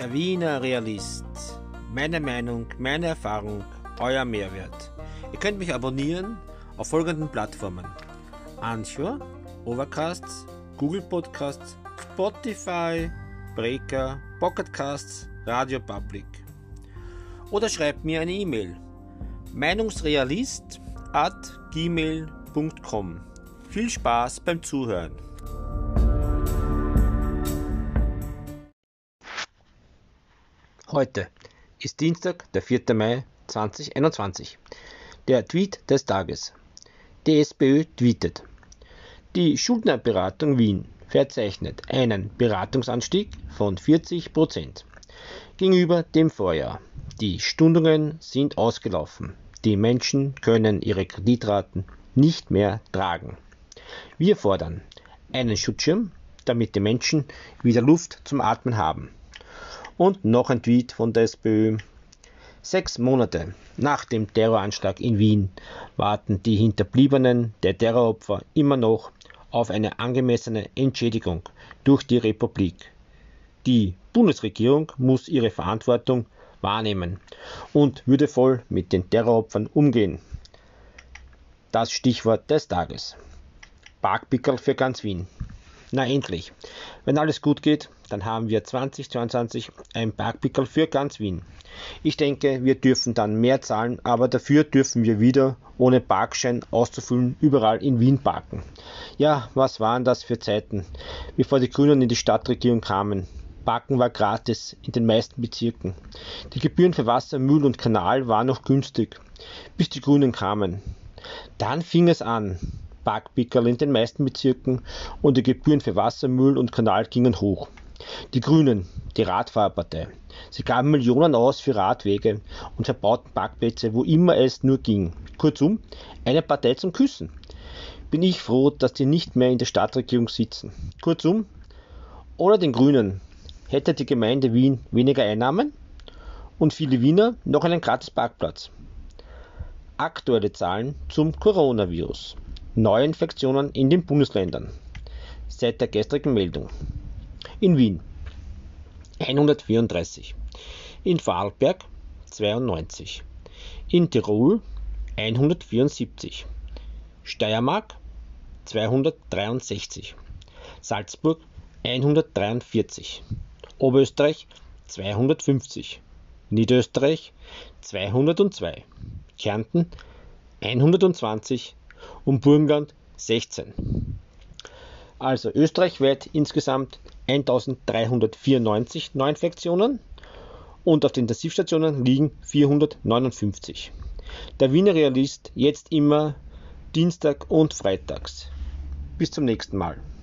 Der Wiener Realist. Meine Meinung, meine Erfahrung, euer Mehrwert. Ihr könnt mich abonnieren auf folgenden Plattformen: Anchor, Overcasts, Google Podcasts, Spotify, Breaker, Pocket Casts, Radio Public. Oder schreibt mir eine E-Mail: meinungsrealist@gmail.com. Viel Spaß beim Zuhören. Heute ist Dienstag, der 4. Mai 2021. Der Tweet des Tages. Die SPÖ tweetet: Die Schuldnerberatung Wien verzeichnet einen Beratungsanstieg von 40% gegenüber dem Vorjahr. Die Stundungen sind ausgelaufen. Die Menschen können ihre Kreditraten nicht mehr tragen. Wir fordern einen Schutzschirm, damit die Menschen wieder Luft zum Atmen haben. Und noch ein Tweet von der SPÖ. 6 Monate nach dem Terroranschlag in Wien warten die Hinterbliebenen der Terroropfer immer noch auf eine angemessene Entschädigung durch die Republik. Die Bundesregierung muss ihre Verantwortung wahrnehmen und würdevoll mit den Terroropfern umgehen. Das Stichwort des Tages. Parkpickerl für ganz Wien. Na endlich. Wenn alles gut geht, dann haben wir 2022 ein Parkpickerl für ganz Wien. Ich denke, wir dürfen dann mehr zahlen, aber dafür dürfen wir wieder, ohne Parkschein auszufüllen, überall in Wien parken. Ja, was waren das für Zeiten, bevor die Grünen in die Stadtregierung kamen? Parken war gratis in den meisten Bezirken. Die Gebühren für Wasser, Müll und Kanal waren noch günstig, bis die Grünen kamen. Dann fing es an. Parkpickerl in den meisten Bezirken und die Gebühren für Wasser, Müll und Kanal gingen hoch. Die Grünen, die Radfahrerpartei, sie gaben Millionen aus für Radwege und verbauten Parkplätze, wo immer es nur ging. Kurzum, eine Partei zum Küssen. Bin ich froh, dass die nicht mehr in der Stadtregierung sitzen. Kurzum, ohne den Grünen hätte die Gemeinde Wien weniger Einnahmen und viele Wiener noch einen gratis Parkplatz. Aktuelle Zahlen zum Coronavirus. Neuinfektionen in den Bundesländern seit der gestrigen Meldung. In Wien 134, in Vorarlberg 92, in Tirol 174, Steiermark 263, Salzburg 143, Oberösterreich 250, Niederösterreich 202, Kärnten 120 und Burgenland 16. Also österreichweit insgesamt 1394 Neuinfektionen und auf den Intensivstationen liegen 459. Der Wiener Realist jetzt immer Dienstag und Freitags. Bis zum nächsten Mal.